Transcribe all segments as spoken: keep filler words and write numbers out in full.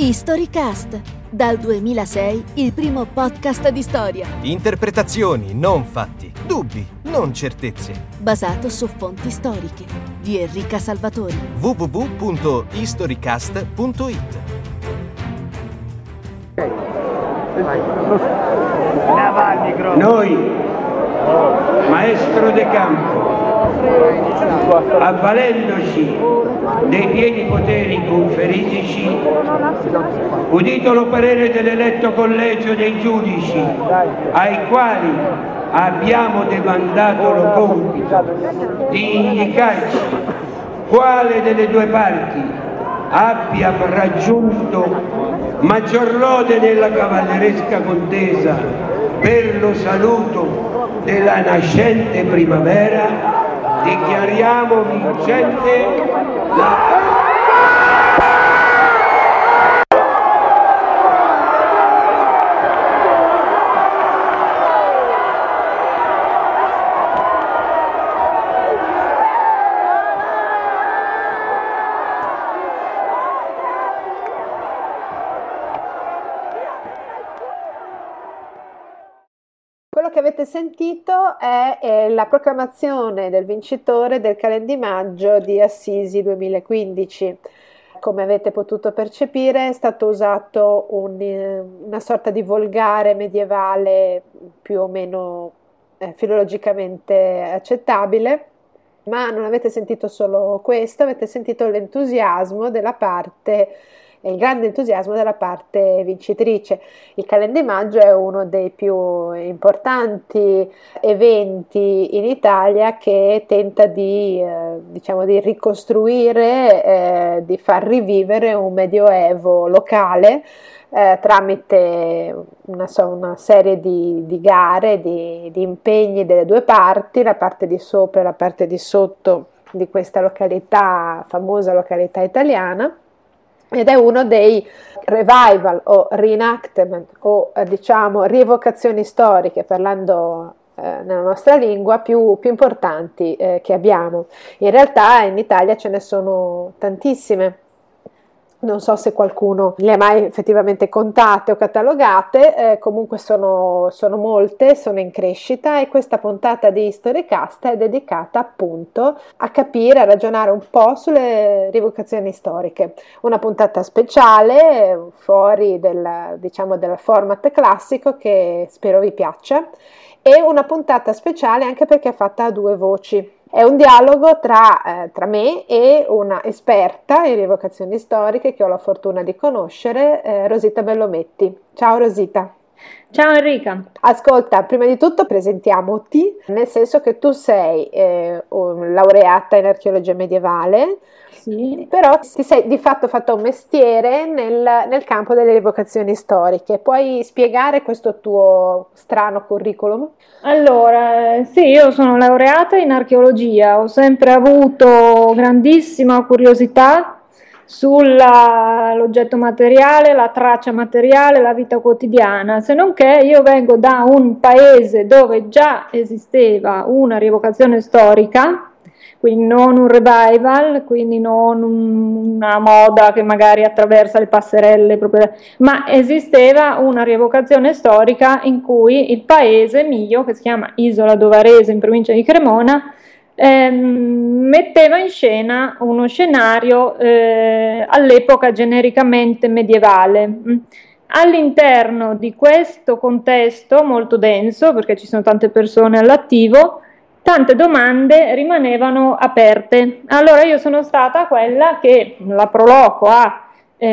Historycast, dal duemilasei il primo podcast di storia. Interpretazioni, non fatti. Dubbi, non certezze. Basato su fonti storiche. Di Enrica Salvatori. w w w punto historycast punto i t. Noi, maestro De Campo, avvalendoci dei pieni poteri conferitici, udito lo parere dell'eletto collegio dei giudici, ai quali abbiamo demandato lo compito di indicarci quale delle due parti abbia raggiunto maggior lode nella cavalleresca contesa per lo saluto della nascente primavera, dichiariamo vincente la... Quello che avete sentito è, è la proclamazione del vincitore del Calendimaggio di Assisi duemilaquindici. Come avete potuto percepire, è stato usato un, una sorta di volgare medievale più o meno eh, filologicamente accettabile, ma non avete sentito solo questo, avete sentito l'entusiasmo della parte il grande entusiasmo della parte vincitrice. Il Calendimaggio è uno dei più importanti eventi in Italia che tenta di, eh, diciamo, di ricostruire, eh, di far rivivere un medioevo locale eh, tramite una, una serie di, di gare, di, di impegni delle due parti, la parte di sopra e la parte di sotto di questa località, famosa località italiana. Ed è uno dei revival o reenactment o eh, diciamo rievocazioni storiche, parlando eh, nella nostra lingua, più, più importanti eh, che abbiamo. In realtà in Italia ce ne sono tantissime. Non so se qualcuno le ha mai effettivamente contate o catalogate, eh, comunque sono, sono molte, sono in crescita, e questa puntata di Historycast è dedicata appunto a capire, a ragionare un po' sulle rievocazioni storiche. Una puntata speciale, fuori del, diciamo, del format classico, che spero vi piaccia, e una puntata speciale anche perché è fatta a due voci. È un dialogo tra, eh, tra me e una esperta in rievocazioni storiche che ho la fortuna di conoscere, eh, Rosita Bellometti. Ciao Rosita. Ciao Enrica. Ascolta, prima di tutto presentiamoti, nel senso che tu sei eh, un laureata in archeologia medievale, sì. Però ti sei di fatto fatto un mestiere nel, nel campo delle rievocazioni storiche. Puoi spiegare questo tuo strano curriculum? Allora, sì, io sono laureata in archeologia, ho sempre avuto grandissima curiosità sull'oggetto materiale, la traccia materiale, la vita quotidiana, se non che io vengo da un paese dove già esisteva una rievocazione storica, quindi non un revival, quindi non una moda che magari attraversa le passerelle, proprio, ma esisteva una rievocazione storica in cui il paese mio, che si chiama Isola Dovarese in provincia di Cremona, ehm, metteva in scena uno scenario eh, all'epoca genericamente medievale. All'interno di questo contesto molto denso, perché ci sono tante persone all'attivo, tante domande rimanevano aperte. Allora io sono stata quella che la Proloco ha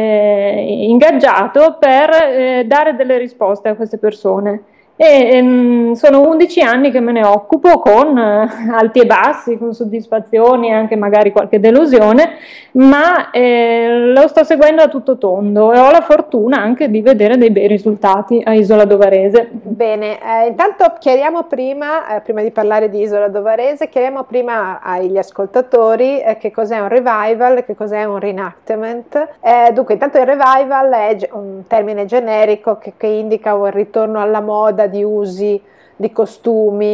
eh, ingaggiato per eh, dare delle risposte a queste persone. E ehm, sono undici anni che me ne occupo, con eh, alti e bassi, con soddisfazioni e anche magari qualche delusione, ma eh, lo sto seguendo a tutto tondo e ho la fortuna anche di vedere dei bei risultati a Isola Dovarese. Bene, eh, intanto chiariamo prima, eh, prima di parlare di Isola Dovarese, chiariamo prima agli ascoltatori eh, che cos'è un revival e che cos'è un reenactment. Eh, dunque, intanto il revival è un termine generico che, che indica un ritorno alla moda di usi, di costumi,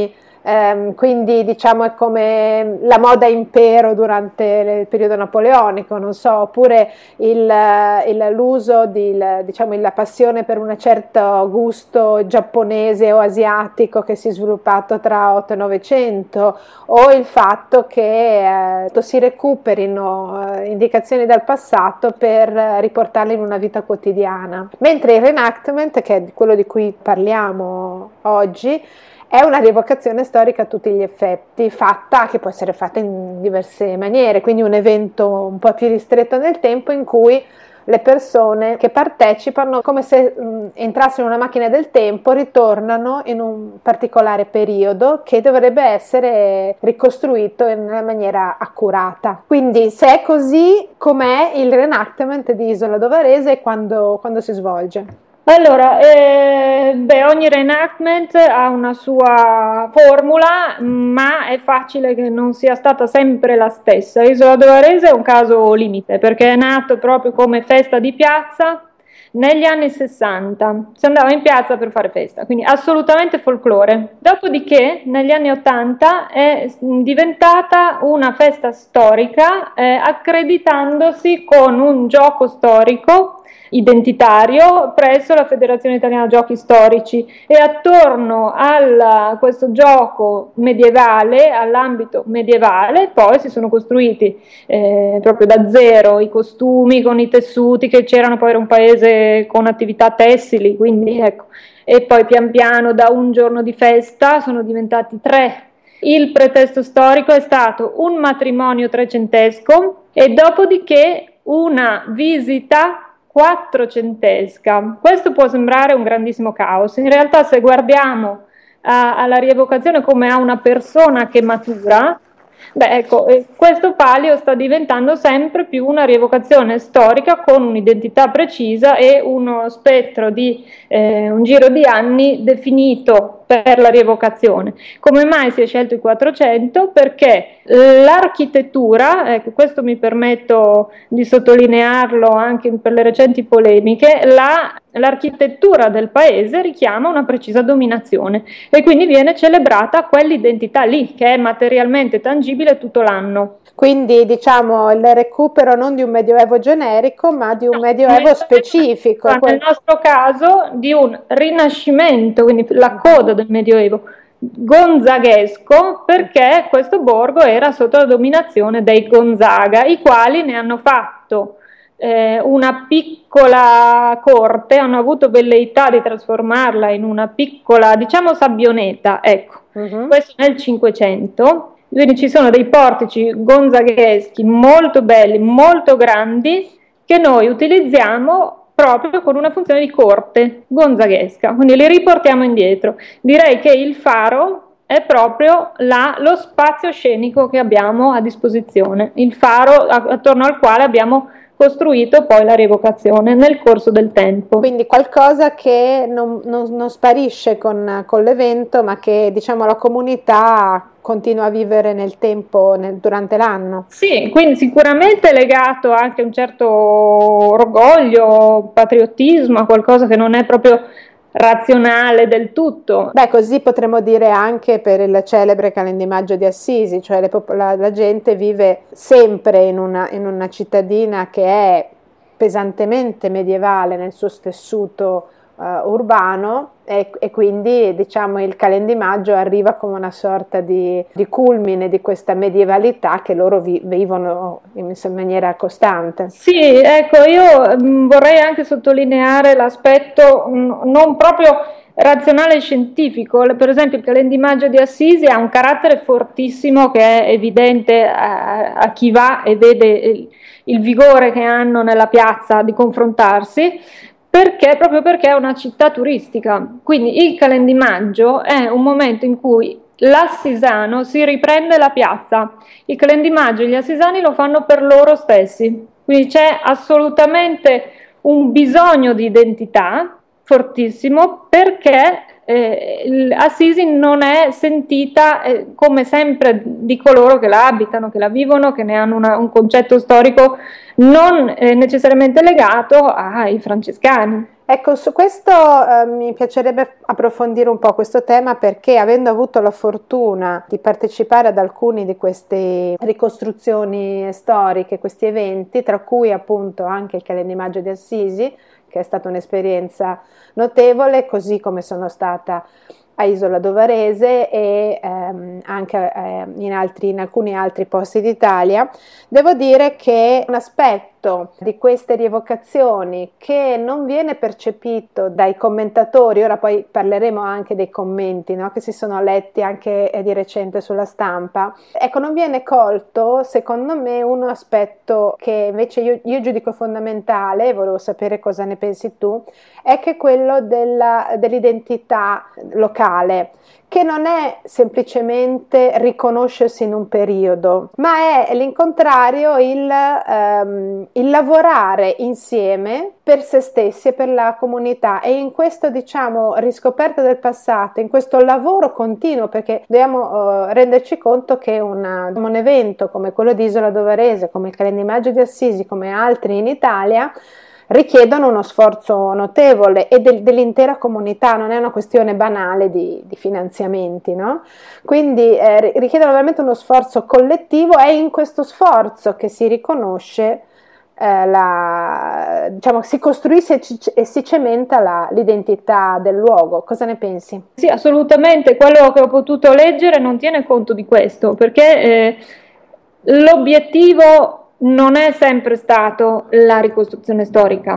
ehm, quindi diciamo è come la moda impero durante il periodo napoleonico, non so, oppure il, il, l'uso di, diciamo, la passione per un certo gusto giapponese o asiatico che si è sviluppato tra otto e novecento, o il fatto che eh, si recuperino eh, indicazioni dal passato per riportarle in una vita quotidiana. Mentre il reenactment, che è quello di cui parliamo oggi, è una rievocazione storica a tutti gli effetti, fatta, che può essere fatta in diverse maniere, quindi un evento un po' più ristretto nel tempo in cui le persone che partecipano, come se mh, entrassero in una macchina del tempo, ritornano in un particolare periodo che dovrebbe essere ricostruito in una maniera accurata. Quindi, se è così, com'è il reenactment di Isola d'O Varese e quando, quando si svolge? Allora, eh, beh, ogni reenactment ha una sua formula, ma è facile che non sia stata sempre la stessa. Isola d'O Varese è un caso limite, perché è nato proprio come festa di piazza negli anni sessanta. Si andava in piazza per fare festa, quindi assolutamente folklore. Dopodiché, negli anni ottanta, è diventata una festa storica, eh, accreditandosi con un gioco storico identitario presso la Federazione Italiana Giochi Storici, e attorno a questo gioco medievale, all'ambito medievale, poi si sono costruiti eh, proprio da zero i costumi con i tessuti che c'erano. Poi era un paese con attività tessili, quindi ecco, e poi pian piano da un giorno di festa sono diventati tre. Il pretesto storico è stato un matrimonio trecentesco e dopodiché una visita quattrocentesca. Questo può sembrare un grandissimo caos. In realtà, se guardiamo a, alla rievocazione come a una persona che matura, beh, ecco, questo palio sta diventando sempre più una rievocazione storica con un'identità precisa e uno spettro di eh, un giro di anni definito per la rievocazione. Come mai si è scelto il quattrocento? Perché l'architettura, ecco, questo mi permetto di sottolinearlo anche per le recenti polemiche, la, l'architettura del paese richiama una precisa dominazione e quindi viene celebrata quell'identità lì, che è materialmente tangibile tutto l'anno. Quindi diciamo il recupero non di un medioevo generico, ma di un no, medioevo specifico. Nel nostro caso di un rinascimento, quindi la coda del medioevo gonzaghesco, perché questo borgo era sotto la dominazione dei Gonzaga, i quali ne hanno fatto eh, una piccola corte, hanno avuto velleità di trasformarla in una piccola, diciamo, sabbioneta, ecco. Uh-huh. Questo nel Cinquecento. Quindi ci sono dei portici gonzagheschi molto belli, molto grandi, che noi utilizziamo proprio con una funzione di corte gonzaghesca, quindi li riportiamo indietro. Direi che il faro è proprio la, lo spazio scenico che abbiamo a disposizione, il faro attorno al quale abbiamo costruito poi la rievocazione nel corso del tempo. Quindi qualcosa che non, non, non sparisce con, con l'evento, ma che, diciamo, la comunità continua a vivere nel tempo, nel, durante l'anno. Sì, quindi sicuramente legato anche a un certo orgoglio, patriottismo, a qualcosa che non è proprio razionale del tutto. Beh, così potremmo dire anche per il celebre Calendimaggio di Assisi, cioè le, la, la gente vive sempre in una, in una cittadina che è pesantemente medievale nel suo tessuto uh, urbano e, e quindi, diciamo, il Calendimaggio arriva come una sorta di, di culmine di questa medievalità che loro vi, vivono in, in maniera costante. Sì, ecco, io mh, vorrei anche sottolineare l'aspetto mh, non proprio razionale e scientifico. Per esempio il Calendimaggio di Assisi ha un carattere fortissimo che è evidente a, a chi va e vede il, il vigore che hanno nella piazza di confrontarsi, perché proprio perché è una città turistica. Quindi il Calendimaggio è un momento in cui l'assisano si riprende la piazza. Il Calendimaggio gli assisani lo fanno per loro stessi, quindi c'è assolutamente un bisogno di identità fortissimo, perché eh, Assisi non è sentita eh, come sempre di coloro che la abitano, che la vivono, che ne hanno una, un concetto storico non eh, necessariamente legato ai francescani. Ecco, su questo eh, mi piacerebbe approfondire un po' questo tema, perché avendo avuto la fortuna di partecipare ad alcuni di queste ricostruzioni storiche, questi eventi, tra cui appunto anche il Calendimaggio di Assisi, che è stata un'esperienza notevole, così come sono stata a Isola Dovarese e ehm, anche eh, in, altri, in alcuni altri posti d'Italia, devo dire che un aspetto di queste rievocazioni che non viene percepito dai commentatori, ora poi parleremo anche dei commenti, no, che si sono letti anche di recente sulla stampa, ecco, non viene colto secondo me un aspetto che invece io, io giudico fondamentale, volevo sapere cosa ne pensi tu, è che quello della, dell'identità locale, che non è semplicemente riconoscersi in un periodo, ma è l'incontrario, il, ehm, il lavorare insieme per se stessi e per la comunità, e in questo, diciamo, riscoperta del passato, in questo lavoro continuo, perché dobbiamo eh, renderci conto che una, un evento come quello di Isola Dovarese, come il Calendimaggio di Assisi, come altri in Italia, richiedono uno sforzo notevole e del, dell'intera comunità, non è una questione banale di, di finanziamenti, no? Quindi eh, richiedono veramente uno sforzo collettivo, e in questo sforzo che si riconosce, eh, la, diciamo, si costruisce e si cementa la, l'identità del luogo. Cosa ne pensi? Sì, assolutamente, quello che ho potuto leggere non tiene conto di questo, perché eh, l'obiettivo non è sempre stato la ricostruzione storica,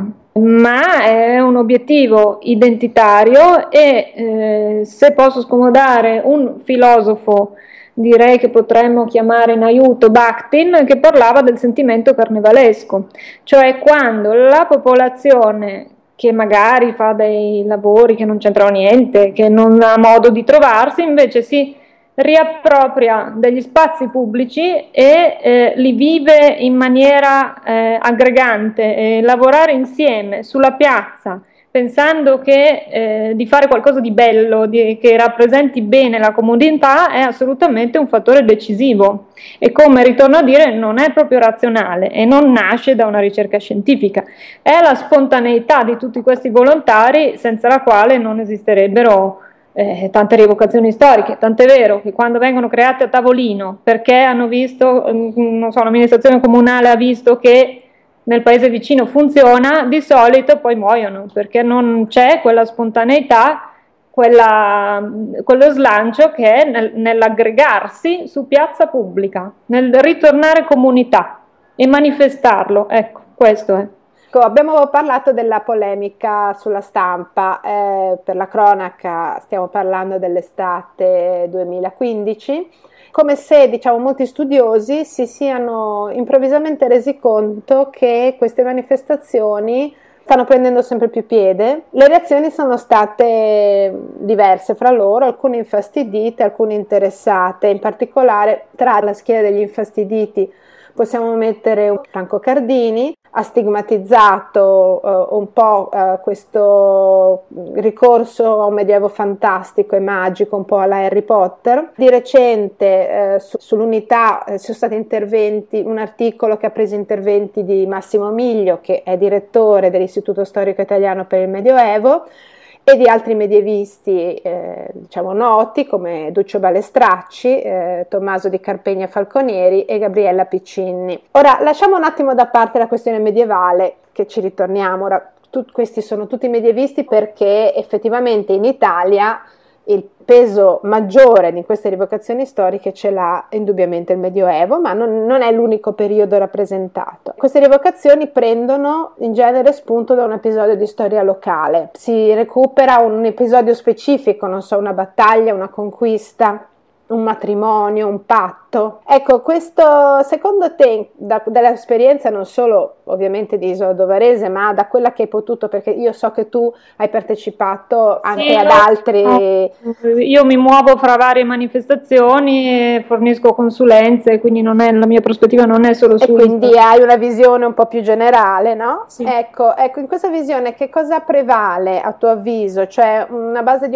ma è un obiettivo identitario e eh, se posso scomodare un filosofo, direi che potremmo chiamare in aiuto Bakhtin, che parlava del sentimento carnevalesco, cioè quando la popolazione che magari fa dei lavori che non c'entrano niente, che non ha modo di trovarsi, invece si riappropria degli spazi pubblici e eh, li vive in maniera eh, aggregante, e lavorare insieme sulla piazza pensando che eh, di fare qualcosa di bello, di, che rappresenti bene la comunità, è assolutamente un fattore decisivo, e come ritorno a dire non è proprio razionale e non nasce da una ricerca scientifica, è la spontaneità di tutti questi volontari senza la quale non esisterebbero Eh, tante rievocazioni storiche. Tant'è vero che quando vengono create a tavolino perché hanno visto, non so, l'amministrazione comunale ha visto che nel paese vicino funziona, di solito poi muoiono perché non c'è quella spontaneità, quella, quello slancio che è nel, nell'aggregarsi su piazza pubblica, nel ritornare comunità e manifestarlo. Ecco, questo è. Abbiamo parlato della polemica sulla stampa, eh, per la cronaca stiamo parlando dell'estate duemilaquindici, come se, diciamo, molti studiosi si siano improvvisamente resi conto che queste manifestazioni stanno prendendo sempre più piede. Le reazioni sono state diverse fra loro, alcune infastidite, alcune interessate, in particolare tra la schiera degli infastiditi possiamo mettere Franco Cardini, ha stigmatizzato uh, un po' uh, questo ricorso a un medioevo fantastico e magico, un po' alla Harry Potter. Di recente uh, su, sull'Unità uh, sono stati interventi, un articolo che ha preso interventi di Massimo Miglio, che è direttore dell'Istituto Storico Italiano per il Medioevo, e di altri medievisti eh, diciamo noti come Duccio Balestracci, eh, Tommaso di Carpegna Falconieri e Gabriella Piccinni. Ora lasciamo un attimo da parte la questione medievale, che ci ritorniamo. Ora, tu, questi sono tutti medievisti perché effettivamente in Italia il peso maggiore di queste rievocazioni storiche ce l'ha indubbiamente il Medioevo, ma non, non è l'unico periodo rappresentato. Queste rievocazioni prendono in genere spunto da un episodio di storia locale, si recupera un episodio specifico, non so, una battaglia, una conquista, un matrimonio, un patto. Ecco, questo secondo te, da, dall'esperienza non solo ovviamente di Isola Dovarese, ma da quella che hai potuto, perché io so che tu hai partecipato anche sì, ad altri. No. Io mi muovo fra varie manifestazioni e fornisco consulenze, quindi non è, la mia prospettiva non è solo su. E quindi hai una visione un po' più generale, no? Sì. Ecco, ecco, in questa visione che cosa prevale a tuo avviso? Cioè una base di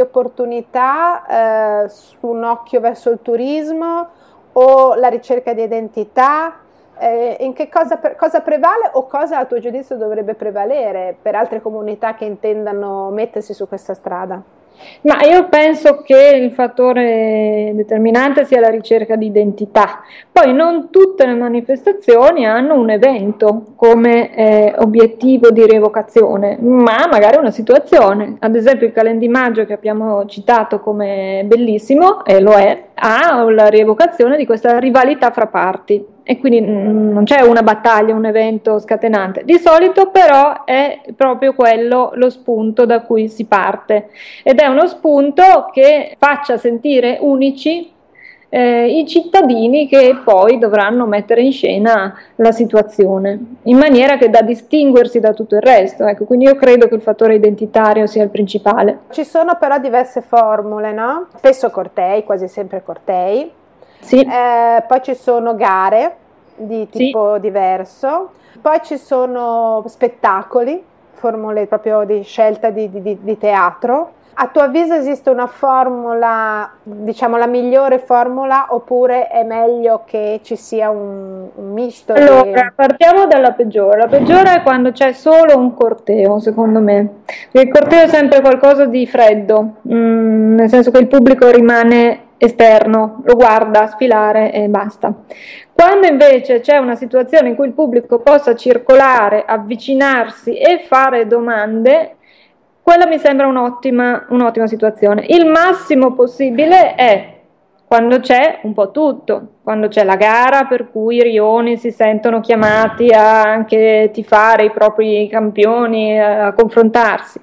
opportunità, eh, su un occhio verso il turismo, o la ricerca di identità, Eh, in che cosa, cosa prevale o cosa a tuo giudizio dovrebbe prevalere per altre comunità che intendano mettersi su questa strada? Ma io penso che il fattore determinante sia la ricerca di identità. Poi non tutte le manifestazioni hanno un evento come eh, obiettivo di rievocazione, ma magari una situazione. Ad esempio il Calendimaggio che abbiamo citato come bellissimo, e lo è, ha la rievocazione di questa rivalità fra parti. E quindi non c'è una battaglia, un evento scatenante. Di solito però è proprio quello lo spunto da cui si parte, ed è uno spunto che faccia sentire unici eh, i cittadini che poi dovranno mettere in scena la situazione, in maniera che da distinguersi da tutto il resto. Ecco, quindi io credo che il fattore identitario sia il principale. Ci sono però diverse formule, no? Spesso cortei, quasi sempre cortei. Sì. Eh, poi ci sono gare di tipo sì. diverso, poi ci sono spettacoli, formule proprio di scelta di, di, di teatro. A tuo avviso esiste una formula, diciamo la migliore formula, oppure è meglio che ci sia un, un misto? Allora, di... partiamo dalla peggiore. La peggiore è quando c'è solo un corteo, secondo me. Il corteo è sempre qualcosa di freddo, mm, nel senso che il pubblico rimane esterno, lo guarda sfilare e basta. Quando invece c'è una situazione in cui il pubblico possa circolare, avvicinarsi e fare domande, quella mi sembra un'ottima, un'ottima situazione. Il massimo possibile è quando c'è un po' tutto, quando c'è la gara per cui i rioni si sentono chiamati a anche tifare i propri campioni, a, a confrontarsi,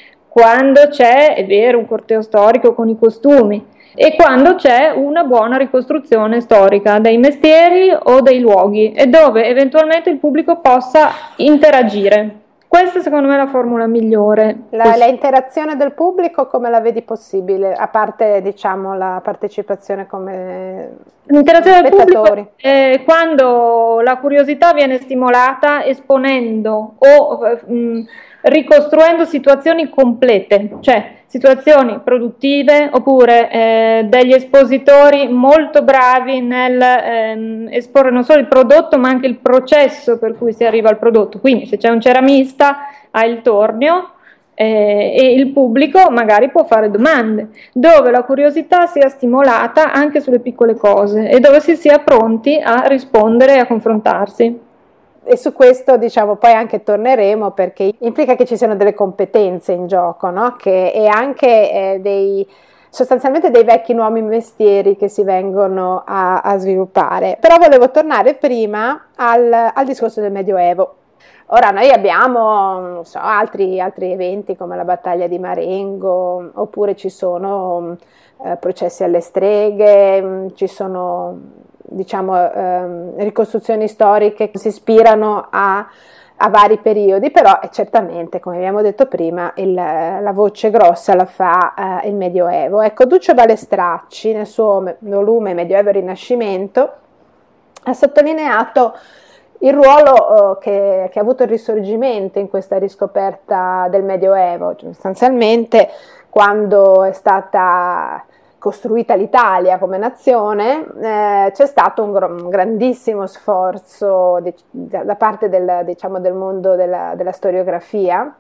quando c'è, è vero, un corteo storico con i costumi, e quando c'è una buona ricostruzione storica dei mestieri o dei luoghi e dove eventualmente il pubblico possa interagire. Questa secondo me è la formula migliore. La, la interazione del pubblico come la vedi possibile, a parte diciamo la partecipazione come L'interazione del spettatori? Pubblico è quando la curiosità viene stimolata esponendo o mh, ricostruendo situazioni complete, cioè situazioni produttive oppure eh, degli espositori molto bravi nel ehm, esporre non solo il prodotto ma anche il processo per cui si arriva al prodotto. Quindi se c'è un ceramista ha il tornio eh, e il pubblico magari può fare domande, dove la curiosità sia stimolata anche sulle piccole cose e dove si sia pronti a rispondere e a confrontarsi. E su questo diciamo poi anche torneremo, perché implica che ci siano delle competenze in gioco, no? Che, e anche eh, dei, sostanzialmente dei vecchi nuovi mestieri che si vengono a, a sviluppare. Però volevo tornare prima al, al discorso del Medioevo. Ora noi abbiamo non so, altri, altri eventi come la battaglia di Marengo, oppure ci sono eh, processi alle streghe, ci sono diciamo ehm, ricostruzioni storiche che si ispirano a, a vari periodi, però è certamente, come abbiamo detto prima, il, la voce grossa la fa eh, il Medioevo. Ecco, Duccio Balestracci nel suo volume Medioevo e Rinascimento ha sottolineato il ruolo eh, che, che ha avuto il Risorgimento in questa riscoperta del Medioevo. Sostanzialmente, quando è stata costruita l'Italia come nazione, eh, c'è stato un, gr- un grandissimo sforzo di, da parte del, diciamo, del mondo della, della storiografia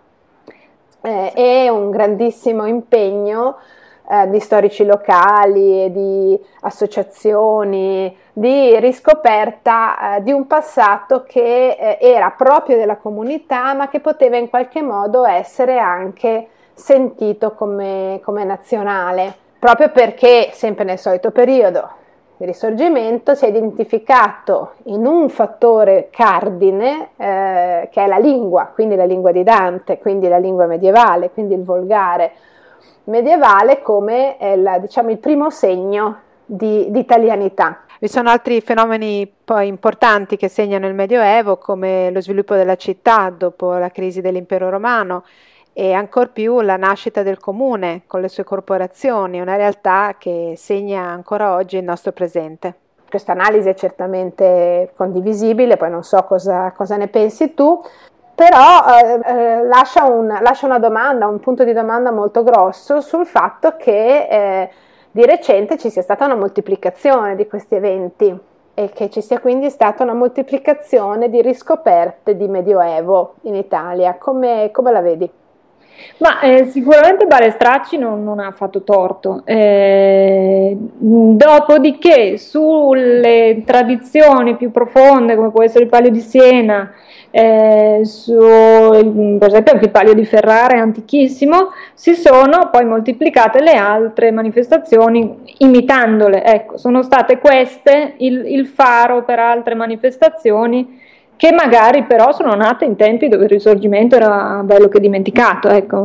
eh, e un grandissimo impegno eh, di storici locali e di associazioni di riscoperta eh, di un passato che eh, era proprio della comunità, ma che poteva in qualche modo essere anche sentito come, come nazionale. Proprio perché, sempre nel solito periodo, il Risorgimento si è identificato in un fattore cardine eh, che è la lingua, quindi la lingua di Dante, quindi la lingua medievale, quindi il volgare medievale come eh, la, diciamo, il primo segno di, di italianità. Vi sono altri fenomeni poi importanti che segnano il Medioevo, come lo sviluppo della città dopo la crisi dell'Impero Romano, e ancor più la nascita del comune con le sue corporazioni, una realtà che segna ancora oggi il nostro presente. Questa analisi è certamente condivisibile, poi non so cosa, cosa ne pensi tu, però eh, eh, lascia, un, lascia una domanda, un punto di domanda molto grosso sul fatto che eh, di recente ci sia stata una moltiplicazione di questi eventi e che ci sia quindi stata una moltiplicazione di riscoperte di Medioevo in Italia. Come, come la vedi? Ma eh, sicuramente Balestracci non, non ha fatto torto, eh, dopodiché sulle tradizioni più profonde come può essere il Palio di Siena, eh, su, per esempio anche il Palio di Ferrara è antichissimo, si sono poi moltiplicate le altre manifestazioni imitandole, ecco, sono state queste il, il faro per altre manifestazioni che magari però sono nate in tempi dove il Risorgimento era bello che dimenticato, ecco.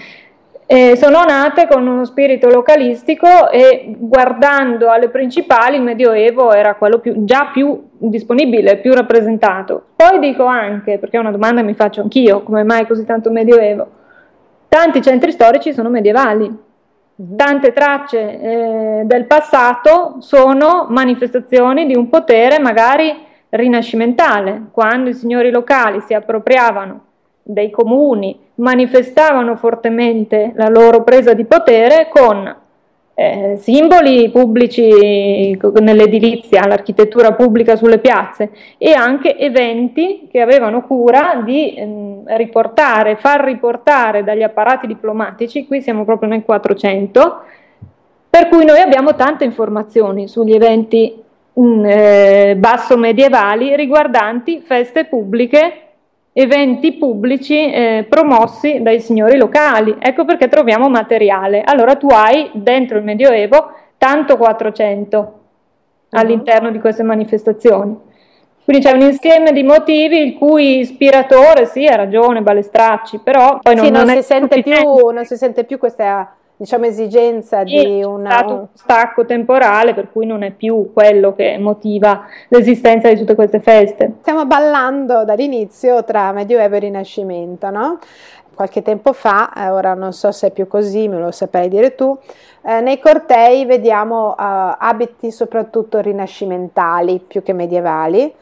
E sono nate con uno spirito localistico e guardando alle principali il Medioevo era quello più, già più disponibile, più rappresentato. Poi dico anche, perché è una domanda che mi faccio anch'io, come mai così tanto Medioevo? Tanti centri storici sono medievali, tante tracce eh, del passato sono manifestazioni di un potere magari rinascimentale, quando i signori locali si appropriavano dei comuni, manifestavano fortemente la loro presa di potere con eh, simboli pubblici nell'edilizia, l'architettura pubblica sulle piazze e anche eventi che avevano cura di eh, riportare, far riportare dagli apparati diplomatici, qui siamo proprio nel quattrocento, per cui noi abbiamo tante informazioni sugli eventi Eh, basso medievali riguardanti feste pubbliche, eventi pubblici eh, promossi dai signori locali. Ecco perché troviamo materiale. Allora tu hai dentro il Medioevo tanto quattrocento uh-huh. all'interno di queste manifestazioni. Quindi c'è un insieme di motivi il cui ispiratore, sì, ha ragione Balestracci, però poi non, sì, non, non, si è sente più, non si sente più questa, diciamo, esigenza sì, di una... C'è stato un stacco temporale per cui non è più quello che motiva l'esistenza di tutte queste feste. Stiamo ballando dall'inizio tra Medioevo e Rinascimento, no? Qualche tempo fa, eh, ora non so se è più così, me lo saprai dire tu, eh, nei cortei vediamo eh, abiti soprattutto rinascimentali più che medievali,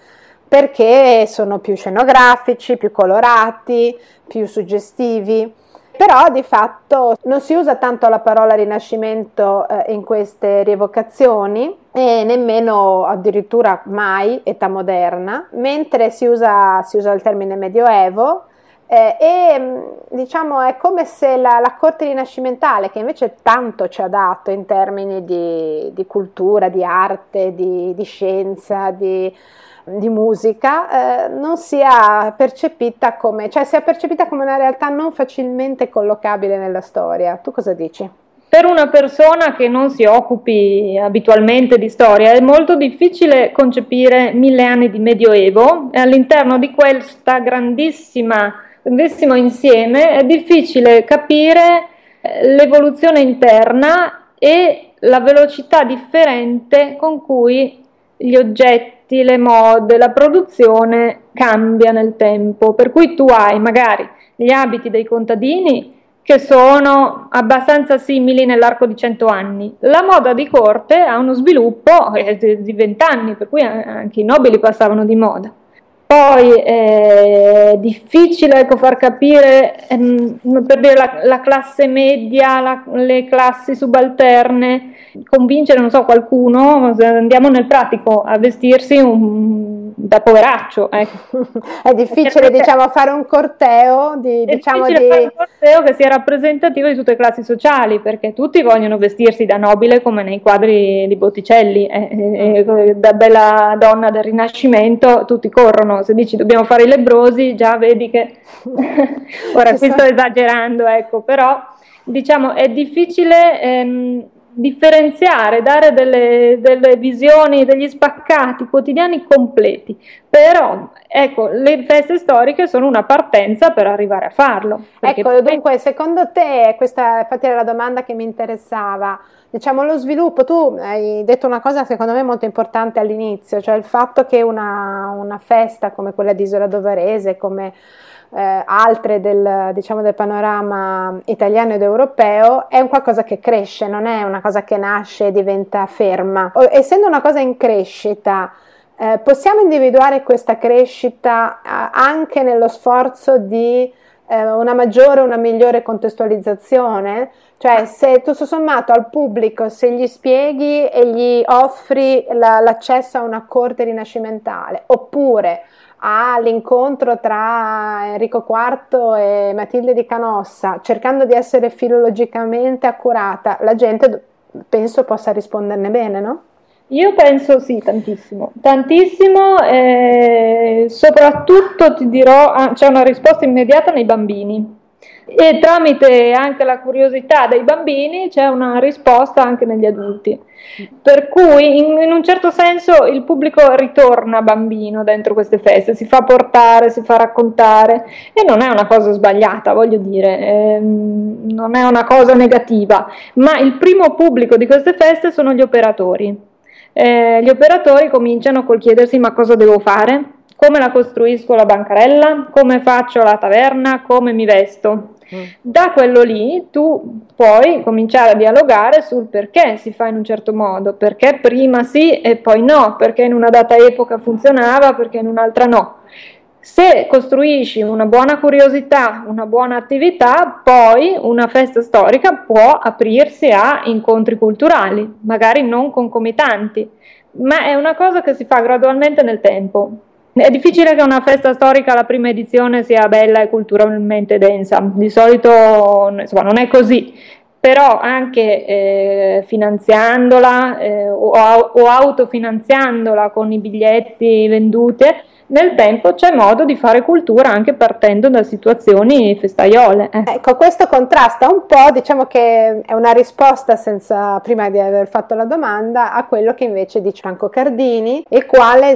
perché sono più scenografici, più colorati, più suggestivi. Però di fatto non si usa tanto la parola rinascimento eh, in queste rievocazioni e nemmeno addirittura mai età moderna, mentre si usa, si usa il termine medioevo eh, e diciamo è come se la, la corte rinascimentale, che invece tanto ci ha dato in termini di, di cultura, di arte, di, di scienza, di... di musica, eh, non sia percepita come, cioè sia percepita come una realtà non facilmente collocabile nella storia. Tu cosa dici? Per una persona che non si occupi abitualmente di storia è molto difficile concepire mille anni di Medioevo e all'interno di questa grandissima, grandissimo insieme è difficile capire l'evoluzione interna e la velocità differente con cui gli oggetti, le mode, la produzione cambia nel tempo, per cui tu hai magari gli abiti dei contadini che sono abbastanza simili nell'arco di cento anni, la moda di corte ha uno sviluppo di vent'anni, per cui anche i nobili passavano di moda. Poi è difficile ecco, far capire, ehm, per dire la, la classe media, la, le classi subalterne, convincere, non so, qualcuno, andiamo nel pratico, a vestirsi un, da poveraccio. Ecco. È difficile, diciamo, fare un corteo di, è diciamo, difficile di... fare un corteo che sia rappresentativo di tutte le classi sociali, perché tutti vogliono vestirsi da nobile come nei quadri di Botticelli, eh, eh, da bella donna del Rinascimento tutti corrono. Se dici dobbiamo fare i lebbrosi, già vedi che ora qui sto esagerando, ecco, però diciamo è difficile ehm, differenziare, dare delle, delle visioni, degli spaccati quotidiani completi, però ecco le feste storiche sono una partenza per arrivare a farlo. Ecco, poi... dunque secondo te, questa infatti era la domanda che mi interessava, diciamo lo sviluppo, tu hai detto una cosa secondo me molto importante all'inizio, cioè il fatto che una, una festa come quella di Isola d'Ovarese, come eh, altre del, diciamo, del panorama italiano ed europeo, è un qualcosa che cresce, non è una cosa che nasce e diventa ferma. O, essendo una cosa in crescita, eh, possiamo individuare questa crescita eh, anche nello sforzo di eh, una maggiore, una migliore contestualizzazione? Cioè, se tutto sommato al pubblico, se gli spieghi e gli offri la, l'accesso a una corte rinascimentale, oppure all'incontro tra Enrico quarto e Matilde di Canossa, cercando di essere filologicamente accurata, la gente penso possa risponderne bene, no? Io penso sì, tantissimo, tantissimo, eh, soprattutto ti dirò, ah, c'è una risposta immediata nei bambini e tramite anche la curiosità dei bambini c'è una risposta anche negli adulti, per cui in, in un certo senso il pubblico ritorna bambino dentro queste feste, si fa portare, si fa raccontare e non è una cosa sbagliata, voglio dire, ehm, non è una cosa negativa, ma il primo pubblico di queste feste sono gli operatori. Eh, gli operatori cominciano col chiedersi: ma cosa devo fare? Come la costruisco la bancarella? Come faccio la taverna? Come mi vesto? Mm. Da quello lì tu puoi cominciare a dialogare sul perché si fa in un certo modo, perché prima sì e poi no, perché in una data epoca funzionava, perché in un'altra no. Se costruisci una buona curiosità, una buona attività, poi una festa storica può aprirsi a incontri culturali, magari non concomitanti, ma è una cosa che si fa gradualmente nel tempo. È difficile che una festa storica alla prima edizione sia bella e culturalmente densa, di solito insomma, non è così, però anche eh, finanziandola eh, o, o autofinanziandola con i biglietti venduti, nel tempo c'è modo di fare cultura anche partendo da situazioni festaiole. Eh. Ecco, questo contrasta un po', diciamo che è una risposta senza, prima di aver fatto la domanda, a quello che invece dice Franco Cardini, il quale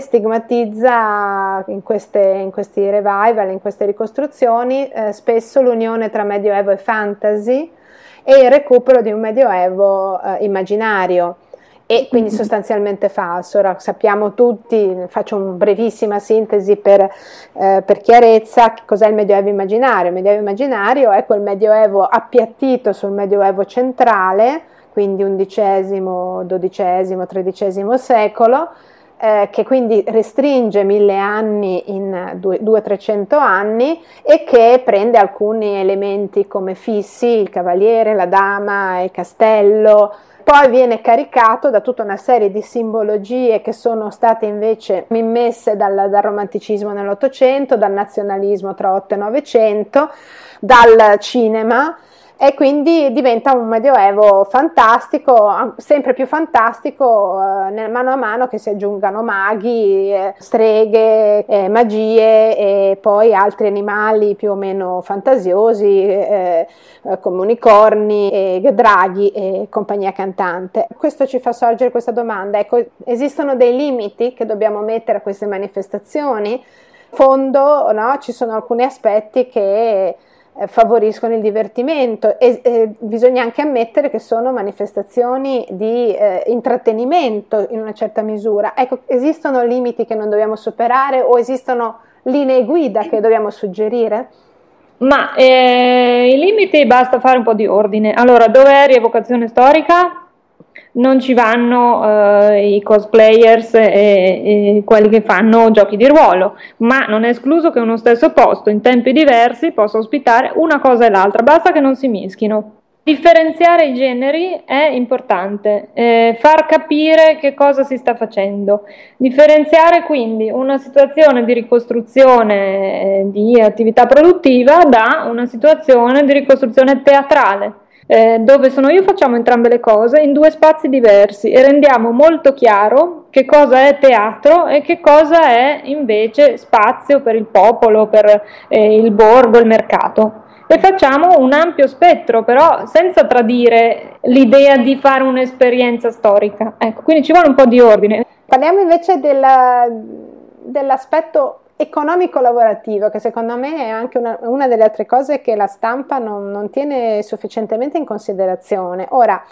stigmatizza in, queste, in questi revival, in queste ricostruzioni, eh, spesso l'unione tra Medioevo e fantasy e il recupero di un Medioevo eh, immaginario. E quindi sostanzialmente falso. Ora sappiamo tutti, faccio una brevissima sintesi per, eh, per chiarezza, che cos'è il Medioevo immaginario. Il Medioevo immaginario è quel Medioevo appiattito sul Medioevo centrale, quindi undicesimo, dodicesimo, tredicesimo secolo, eh, che quindi restringe mille anni in due trecento anni e che prende alcuni elementi come fissi, il cavaliere, la dama, il castello. Poi viene caricato da tutta una serie di simbologie che sono state invece immesse dal, dal romanticismo nell'Ottocento, dal nazionalismo tra Otto e Novecento, dal cinema, e quindi diventa un Medioevo fantastico, sempre più fantastico eh, mano a mano che si aggiungano maghi, eh, streghe, eh, magie e poi altri animali più o meno fantasiosi eh, eh, come unicorni, e draghi e compagnia cantante. Questo ci fa sorgere questa domanda, ecco, esistono dei limiti che dobbiamo mettere a queste manifestazioni? In fondo, no, ci sono alcuni aspetti che favoriscono il divertimento e eh, bisogna anche ammettere che sono manifestazioni di eh, intrattenimento in una certa misura. Ecco, esistono limiti che non dobbiamo superare o esistono linee guida che dobbiamo suggerire? Ma eh, i limiti basta fare un po' di ordine. Allora, dov'è rievocazione storica? Non ci vanno eh, i cosplayers e, e quelli che fanno giochi di ruolo, ma non è escluso che uno stesso posto in tempi diversi possa ospitare una cosa e l'altra, basta che non si mischino. Differenziare i generi è importante, eh, far capire che cosa si sta facendo, differenziare quindi una situazione di ricostruzione eh, di attività produttiva da una situazione di ricostruzione teatrale. Eh, dove sono io facciamo entrambe le cose in due spazi diversi e rendiamo molto chiaro che cosa è teatro e che cosa è invece spazio per il popolo, per eh, il borgo, il mercato, e facciamo un ampio spettro però senza tradire l'idea di fare un'esperienza storica. Ecco, quindi ci vuole un po' di ordine. Parliamo invece della, dell'aspetto economico-lavorativo, che secondo me è anche una, una delle altre cose che la stampa non, non tiene sufficientemente in considerazione. Ora,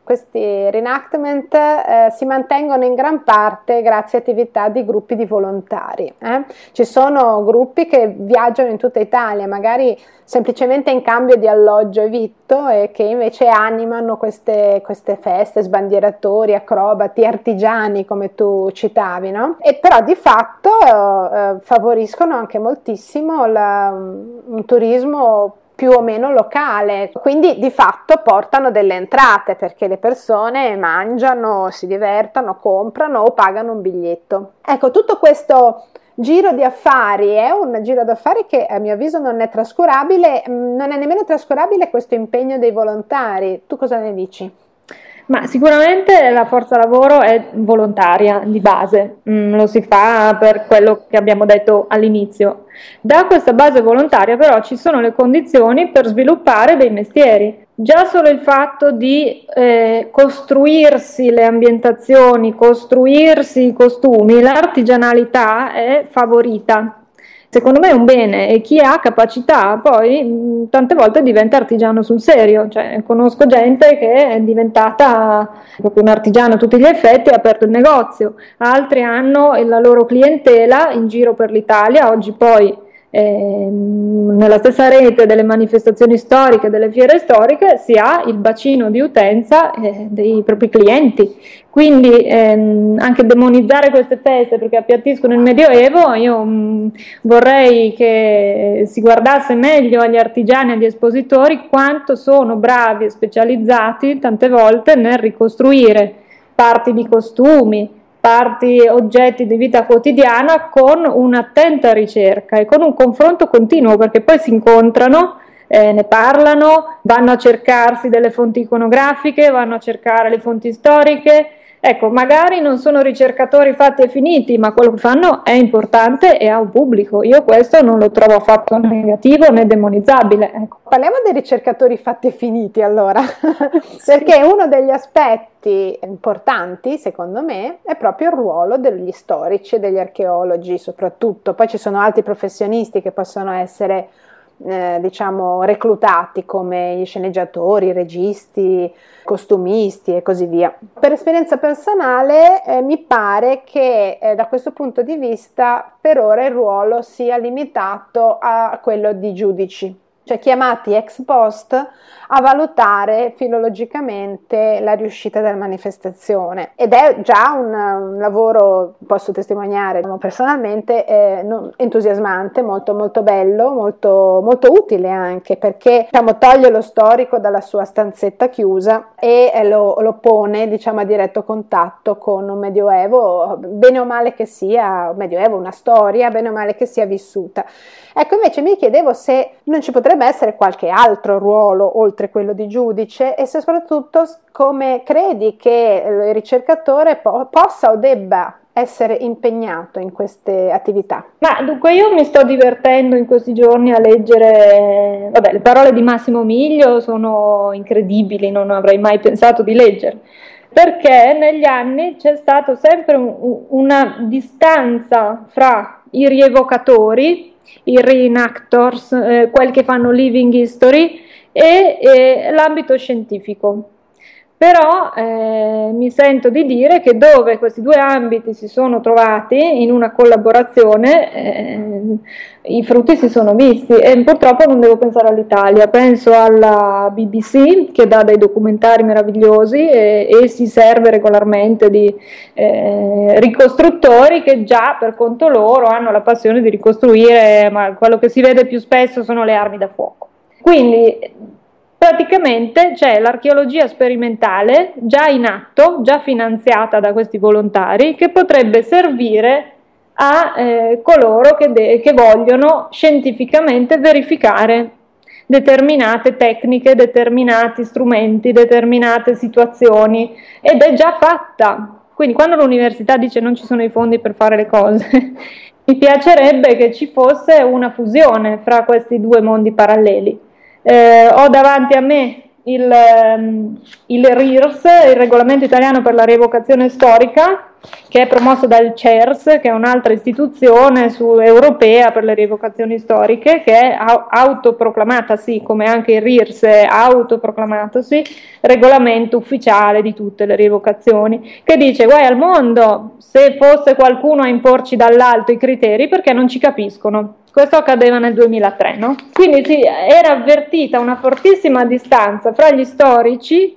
questi reenactment eh, si mantengono in gran parte grazie a attività di gruppi di volontari. Eh? Ci sono gruppi che viaggiano in tutta Italia, magari semplicemente in cambio di alloggio e vitto, e che invece animano queste, queste feste, sbandieratori, acrobati, artigiani, come tu citavi, no? E però di fatto eh, favoriscono anche moltissimo la, un turismo più o meno locale, quindi di fatto portano delle entrate, perché le persone mangiano, si divertono, comprano o pagano un biglietto. Ecco, tutto questo giro di affari è un giro d'affari che a mio avviso non è trascurabile, non è nemmeno trascurabile questo impegno dei volontari. Tu cosa ne dici? Ma sicuramente la forza lavoro è volontaria di base, mm, lo si fa per quello che abbiamo detto all'inizio. Da questa base volontaria però ci sono le condizioni per sviluppare dei mestieri. Già solo il fatto di eh, costruirsi le ambientazioni, costruirsi i costumi, l'artigianalità è favorita. Secondo me è un bene, e chi ha capacità poi mh, tante volte diventa artigiano sul serio. Cioè, conosco gente che è diventata proprio un artigiano a tutti gli effetti, ha aperto il negozio, altri hanno la loro clientela in giro per l'Italia. Oggi poi eh, nella stessa rete delle manifestazioni storiche, delle fiere storiche, si ha il bacino di utenza eh, dei propri clienti. Quindi ehm, anche demonizzare queste feste perché appiattiscono il Medioevo, io mh, vorrei che si guardasse meglio agli artigiani e agli espositori quanto sono bravi e specializzati tante volte nel ricostruire parti di costumi, parti, oggetti di vita quotidiana con un'attenta ricerca e con un confronto continuo, perché poi si incontrano, eh, ne parlano, vanno a cercarsi delle fonti iconografiche, vanno a cercare le fonti storiche. Ecco, magari non sono ricercatori fatti e finiti, ma quello che fanno è importante e ha un pubblico. Io questo non lo trovo affatto negativo né demonizzabile. Ecco. Parliamo dei ricercatori fatti e finiti allora, perché uno degli aspetti importanti, secondo me, è proprio il ruolo degli storici e degli archeologi soprattutto. Poi ci sono altri professionisti che possono essere Eh, diciamo reclutati come gli sceneggiatori, i registi, costumisti e così via. Per esperienza personale eh, mi pare che eh, da questo punto di vista per ora il ruolo sia limitato a quello di giudici, cioè chiamati ex post a valutare filologicamente la riuscita della manifestazione, ed è già un, un lavoro, posso testimoniare personalmente, eh, non, entusiasmante, molto molto bello, molto, molto utile anche, perché diciamo, toglie lo storico dalla sua stanzetta chiusa e eh, lo, lo pone diciamo a diretto contatto con un medioevo, bene o male che sia un medioevo, una storia bene o male che sia vissuta. Ecco, invece mi chiedevo se non ci potrebbe essere qualche altro ruolo oltre quello di giudice, e se soprattutto come credi che il ricercatore po- possa o debba essere impegnato in queste attività. Ma dunque io mi sto divertendo in questi giorni a leggere, vabbè, le parole di Massimo Miglio sono incredibili, non avrei mai pensato di leggerle, perché negli anni c'è stato sempre un, una distanza fra i rievocatori, i reenactors, eh, quelli che fanno living history, e, e l'ambito scientifico. Però eh, mi sento di dire che dove questi due ambiti si sono trovati in una collaborazione, eh, i frutti si sono visti, e purtroppo non devo pensare all'Italia, penso alla B B C che dà dei documentari meravigliosi e, e si serve regolarmente di eh, ricostruttori che già per conto loro hanno la passione di ricostruire, ma quello che si vede più spesso sono le armi da fuoco. Quindi praticamente c'è l'archeologia sperimentale già in atto, già finanziata da questi volontari, che potrebbe servire a eh, coloro che, de- che vogliono scientificamente verificare determinate tecniche, determinati strumenti, determinate situazioni, ed è già fatta. Quindi quando l'università dice non ci sono i fondi per fare le cose, mi piacerebbe che ci fosse una fusione fra questi due mondi paralleli. Eh, ho davanti a me il, um, il R I R S, il regolamento italiano per la rievocazione storica, che è promosso dal C E R S, che è un'altra istituzione su, europea per le rievocazioni storiche, che è autoproclamata, sì, come anche il R I R S è autoproclamatosi regolamento ufficiale di tutte le rievocazioni, che dice: guai al mondo se fosse qualcuno a imporci dall'alto i criteri, perché non ci capiscono. Questo accadeva nel duemilatré, no? Quindi sì, era avvertita una fortissima distanza fra gli storici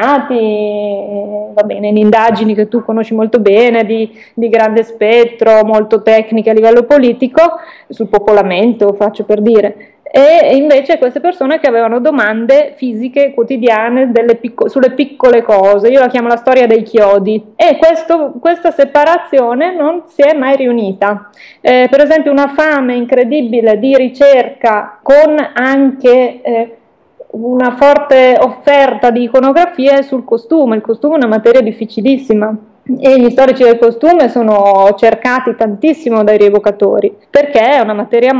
impegnati, va bene, in indagini che tu conosci molto bene, di, di grande spettro, molto tecniche a livello politico, sul popolamento, faccio per dire, e invece queste persone che avevano domande fisiche quotidiane delle picco- sulle piccole cose. Io la chiamo la storia dei chiodi, e questo, questa separazione non si è mai riunita. Eh, per esempio una fame incredibile di ricerca con anche eh, una forte offerta di iconografie sul costume. Il costume è una materia difficilissima e gli storici del costume sono cercati tantissimo dai rievocatori, perché è una materia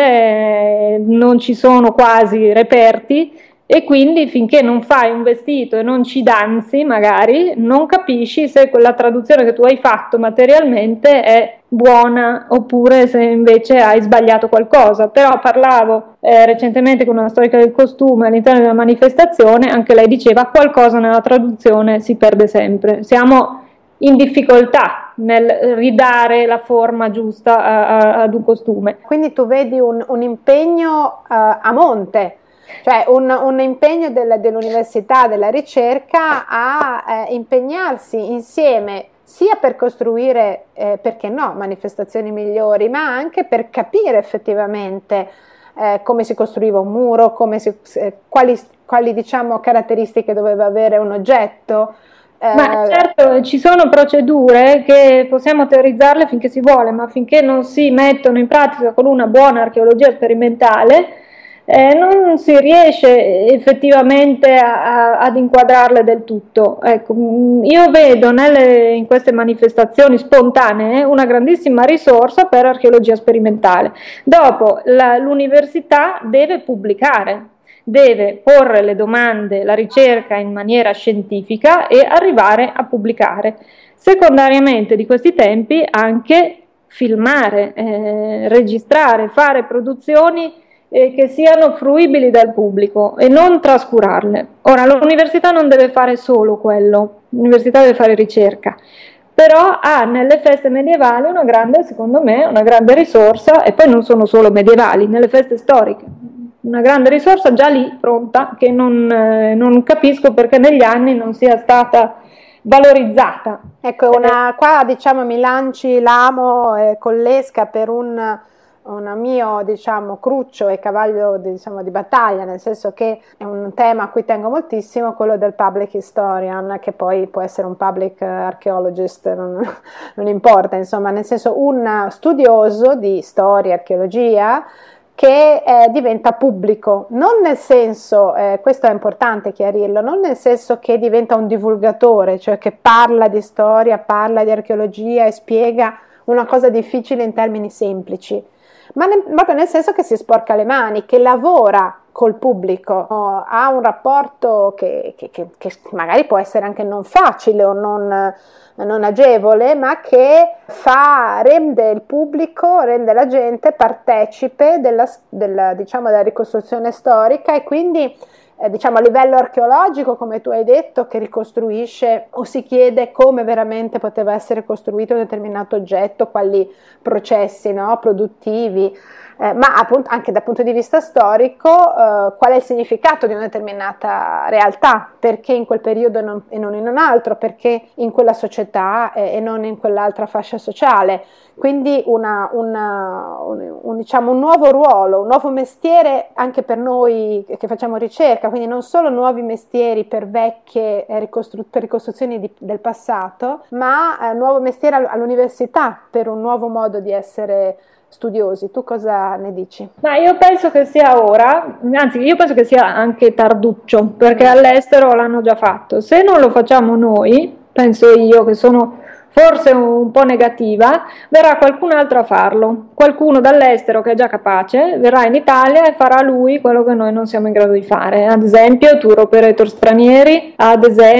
mobile, non ci sono quasi reperti, e quindi finché non fai un vestito e non ci danzi magari non capisci se quella traduzione che tu hai fatto materialmente è buona oppure se invece hai sbagliato qualcosa. Però parlavo eh, recentemente con una storica del costume all'interno di una manifestazione, anche lei diceva qualcosa nella traduzione si perde sempre, siamo in difficoltà nel ridare la forma giusta a, a, ad un costume. Quindi tu vedi un, un impegno uh, a monte, cioè un, un impegno del, dell'università, della ricerca a eh, impegnarsi insieme sia per costruire, eh, perché no, manifestazioni migliori, ma anche per capire effettivamente eh, come si costruiva un muro, come si, eh, quali, quali diciamo caratteristiche doveva avere un oggetto. Ma certo, ci sono procedure che possiamo teorizzarle finché si vuole, ma finché non si mettono in pratica con una buona archeologia sperimentale eh, non si riesce effettivamente a, a, ad inquadrarle del tutto. Ecco, io vedo nelle, in queste manifestazioni spontanee una grandissima risorsa per archeologia sperimentale. Dopo la, l'università deve pubblicare, deve porre le domande, la ricerca in maniera scientifica e arrivare a pubblicare. Secondariamente di questi tempi anche filmare, eh, registrare, fare produzioni eh, che siano fruibili dal pubblico e non trascurarle. Ora, l'università non deve fare solo quello, l'università deve fare ricerca, però ha nelle feste medievali una grande, secondo me, una grande risorsa, e poi non sono solo medievali, nelle feste storiche. Una grande risorsa già lì pronta che non, eh, non capisco perché negli anni non sia stata valorizzata. Ecco, una, qua diciamo mi lanci l'amo eh, con l'esca per un, un mio diciamo cruccio e cavallo diciamo, di battaglia, nel senso che è un tema a cui tengo moltissimo, quello del public historian, che poi può essere un public archaeologist, non, non importa, insomma, nel senso un studioso di storia, archeologia, che eh, diventa pubblico, non nel senso, eh, questo è importante chiarirlo, non nel senso che diventa un divulgatore, cioè che parla di storia, parla di archeologia e spiega una cosa difficile in termini semplici, ma ne, proprio nel senso che si sporca le mani, che lavora col pubblico, ha un rapporto che, che, che, che magari può essere anche non facile o non, non agevole, ma che fa, rende il pubblico, rende la gente partecipe della, della, diciamo, della ricostruzione storica, e quindi eh, diciamo a livello archeologico, come tu hai detto, che ricostruisce o si chiede come veramente poteva essere costruito un determinato oggetto, quali processi, no, produttivi. Eh, ma appunto anche dal punto di vista storico eh, qual è il significato di una determinata realtà, perché in quel periodo non, e non in un altro, perché in quella società eh, e non in quell'altra fascia sociale. Quindi una, una, un, un, diciamo, un nuovo ruolo, un nuovo mestiere anche per noi che facciamo ricerca, quindi non solo nuovi mestieri per vecchie eh, ricostru- per ricostruzioni di, del passato, ma eh, nuovo mestiere all'università per un nuovo modo di essere studiosi. Tu cosa ne dici? Ma io penso che sia ora, anzi io penso che sia anche tarduccio, perché all'estero l'hanno già fatto. Se non lo facciamo noi, penso io, che sono forse un po' negativa, verrà qualcun altro a farlo, qualcuno dall'estero che è già capace, verrà in Italia e farà lui quello che noi non siamo in grado di fare, ad esempio tour operator stranieri, ad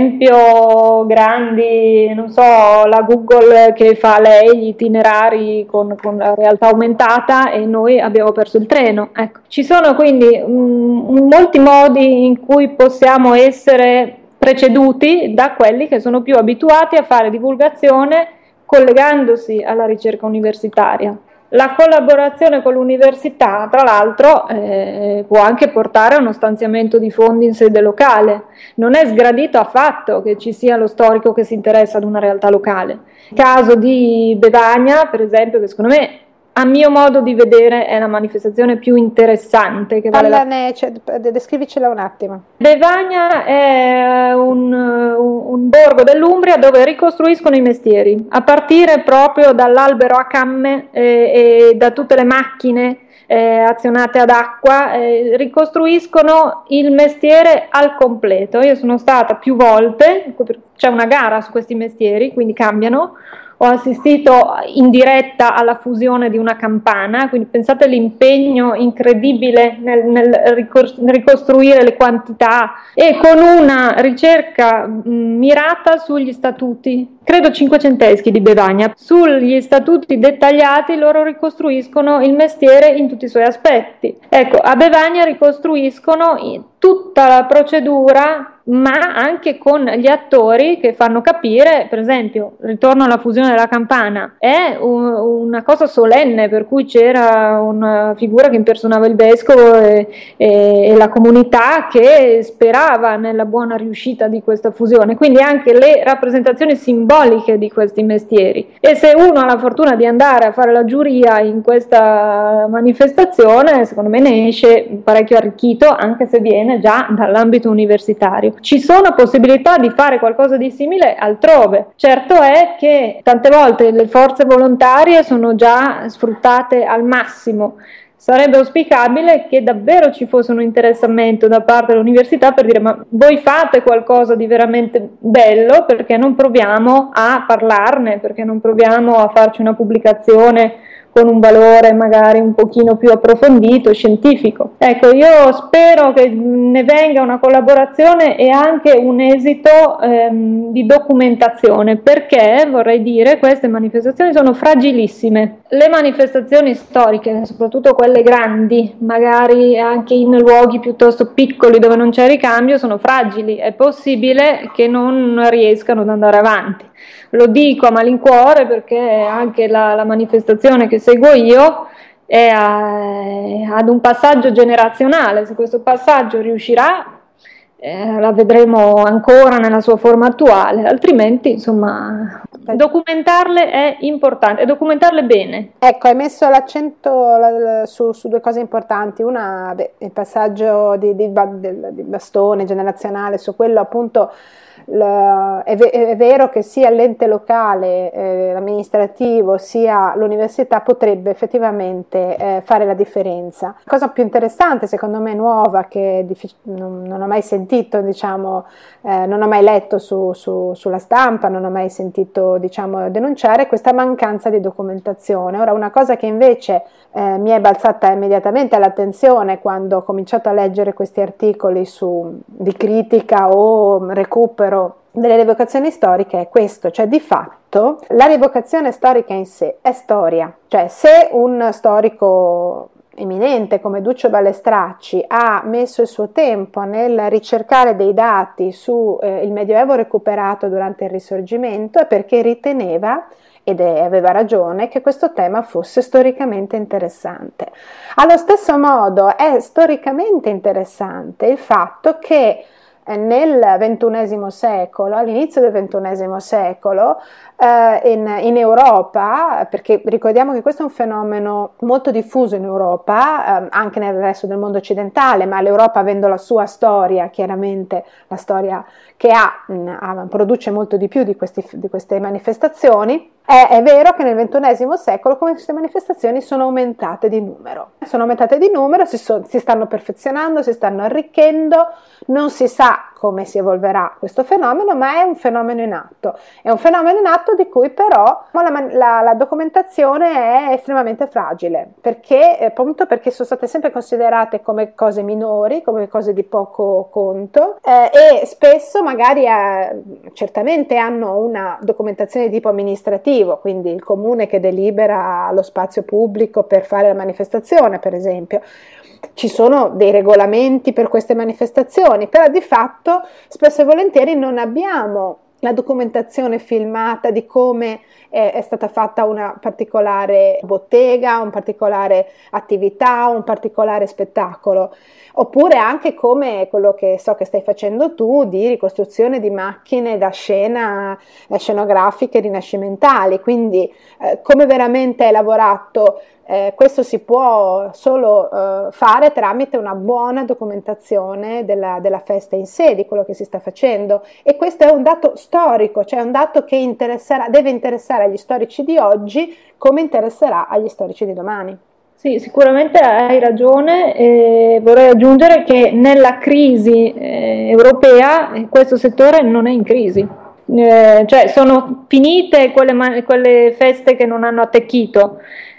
esempio grandi, non so, la Google che fa lei gli itinerari con, con la realtà aumentata e noi abbiamo perso il treno. Ecco. Ci sono quindi um, molti modi in cui possiamo essere preceduti da quelli che sono più abituati a fare divulgazione collegandosi alla ricerca universitaria. La collaborazione con l'università, tra l'altro, eh, può anche portare a uno stanziamento di fondi in sede locale. Non è sgradito affatto che ci sia lo storico che si interessa ad una realtà locale. Il caso di Bevagna, per esempio, che secondo me, a mio modo di vedere, è la manifestazione più interessante. Che vale la... cioè, descrivicela un attimo. Bevagna è un, un borgo dell'Umbria dove ricostruiscono i mestieri, a partire proprio dall'albero a camme e, e da tutte le macchine eh, azionate ad acqua, eh, ricostruiscono il mestiere al completo. Io sono stata più volte, c'è una gara su questi mestieri, quindi cambiano. Ho assistito in diretta alla fusione di una campana, quindi pensate all'impegno incredibile nel, nel ricostruire le quantità e con una ricerca mh, mirata sugli statuti, credo cinquecenteschi di Bevagna. Sugli statuti dettagliati loro ricostruiscono il mestiere in tutti i suoi aspetti. Ecco, a Bevagna ricostruiscono tutta la procedura, ma anche con gli attori che fanno capire, per esempio, ritorno alla fusione della campana, è un, una cosa solenne per cui c'era una figura che impersonava il vescovo e, e, e la comunità che sperava nella buona riuscita di questa fusione, quindi anche le rappresentazioni simboliche di questi mestieri. E se uno ha la fortuna di andare a fare la giuria in questa manifestazione, secondo me ne esce parecchio arricchito, anche se viene già dall'ambito universitario. Ci sono possibilità di fare qualcosa di simile altrove. Certo è che tante volte le forze volontarie sono già sfruttate al massimo. Sarebbe auspicabile che davvero ci fosse un interessamento da parte dell'università per dire: ma voi fate qualcosa di veramente bello, perché non proviamo a parlarne, perché non proviamo a farci una pubblicazione con un valore magari un pochino più approfondito, scientifico. Ecco, io spero che ne venga una collaborazione e anche un esito ehm, di documentazione, perché, vorrei dire, queste manifestazioni sono fragilissime. Le manifestazioni storiche, soprattutto quelle grandi, magari anche in luoghi piuttosto piccoli dove non c'è ricambio, sono fragili, è possibile che non riescano ad andare avanti. Lo dico a malincuore perché anche la, la manifestazione che seguo io è a, ad un passaggio generazionale. Se questo passaggio riuscirà, eh, la vedremo ancora nella sua forma attuale, altrimenti, insomma, documentarle è importante e documentarle bene. Ecco, hai messo l'accento su, su due cose importanti. Una, beh, il passaggio di, di, di bastone generazionale, su quello appunto. È, è vero che sia l'ente locale, eh, amministrativo, sia l'università potrebbe effettivamente eh, fare la differenza. La cosa più interessante, secondo me nuova, che diffic- non, non ho mai sentito, diciamo, eh, non ho mai letto su, su, sulla stampa, non ho mai sentito, diciamo, denunciare, è questa mancanza di documentazione. Ora, una cosa che invece eh, mi è balzata immediatamente all'attenzione quando ho cominciato a leggere questi articoli su, di critica o recupero delle rievocazioni storiche è questo, cioè di fatto la rievocazione storica in sé è storia, cioè se un storico eminente come Duccio Ballestracci ha messo il suo tempo nel ricercare dei dati su eh, il Medioevo recuperato durante il Risorgimento è perché riteneva, ed è, aveva ragione, che questo tema fosse storicamente interessante. Allo stesso modo è storicamente interessante il fatto che nel ventunesimo secolo, all'inizio del ventunesimo secolo, eh, in, in Europa, perché ricordiamo che questo è un fenomeno molto diffuso in Europa, eh, anche nel resto del mondo occidentale, ma l'Europa, avendo la sua storia, chiaramente la storia che ha, mh, produce molto di più di, questi, di queste manifestazioni. È, è vero che nel ventunesimo secolo queste manifestazioni sono aumentate di numero, sono aumentate di numero, si, so, si stanno perfezionando, si stanno arricchendo, non si sa come si evolverà questo fenomeno, ma è un fenomeno in atto. È un fenomeno in atto di cui però la, la, la documentazione è estremamente fragile, perché appunto perché sono state sempre considerate come cose minori, come cose di poco conto, eh, e spesso magari eh, certamente hanno una documentazione di tipo amministrativo, quindi il comune che delibera lo spazio pubblico per fare la manifestazione, per esempio. Ci sono dei regolamenti per queste manifestazioni, però di fatto spesso e volentieri non abbiamo la documentazione filmata di come eh, è stata fatta una particolare bottega, un particolare attività, un particolare spettacolo, oppure anche come quello che so che stai facendo tu di ricostruzione di macchine da scena, eh, scenografiche rinascimentali, quindi eh, come veramente hai lavorato. Eh, questo si può solo eh, fare tramite una buona documentazione della, della festa in sé, di quello che si sta facendo, e questo è un dato storico, cioè un dato che interesserà, deve interessare agli storici di oggi come interesserà agli storici di domani. Sì, sicuramente hai ragione, e vorrei aggiungere che nella crisi eh, europea questo settore non è in crisi. Eh, cioè sono finite quelle, quelle feste che non hanno attecchito,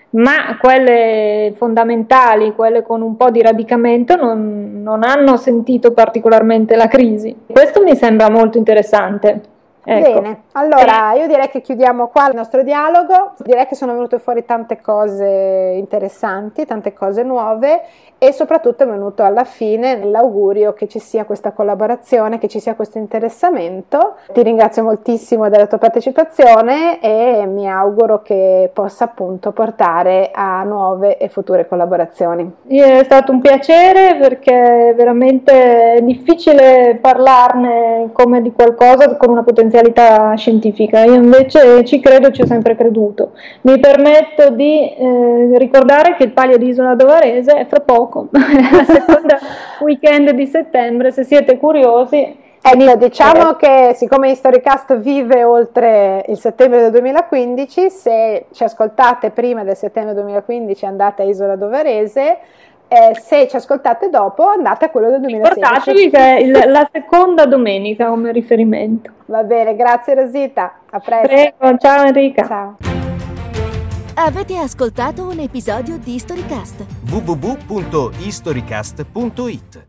ma quelle fondamentali, quelle con un po' di radicamento, non, non hanno sentito particolarmente la crisi. Questo mi sembra molto interessante. Ecco. Bene, allora io direi che chiudiamo qua il nostro dialogo, direi che sono venute fuori tante cose interessanti, tante cose nuove, e soprattutto è venuto alla fine l'augurio che ci sia questa collaborazione, che ci sia questo interessamento. Ti ringrazio moltissimo della tua partecipazione e mi auguro che possa appunto portare a nuove e future collaborazioni. È stato un piacere, perché è veramente difficile parlarne come di qualcosa con una potenzialità scientifica. Io invece ci credo, ci ho sempre creduto. Mi permetto di eh, ricordare che il Palio di Isola d'Ovarese è fra poco, la seconda weekend di settembre, se siete curiosi. Ecco, diciamo che siccome Historycast vive oltre il settembre del duemilaquindici, se ci ascoltate prima del settembre duemilaquindici andate a Isola d'Ovarese, eh, se ci ascoltate dopo andate a quello del duemilasedici. Ricordatevi che è il, la seconda domenica come riferimento. Va bene, grazie Rosita, a presto. Prego, ciao Enrica. Ciao. Avete ascoltato un episodio di Historycast. w w w punto historycast punto it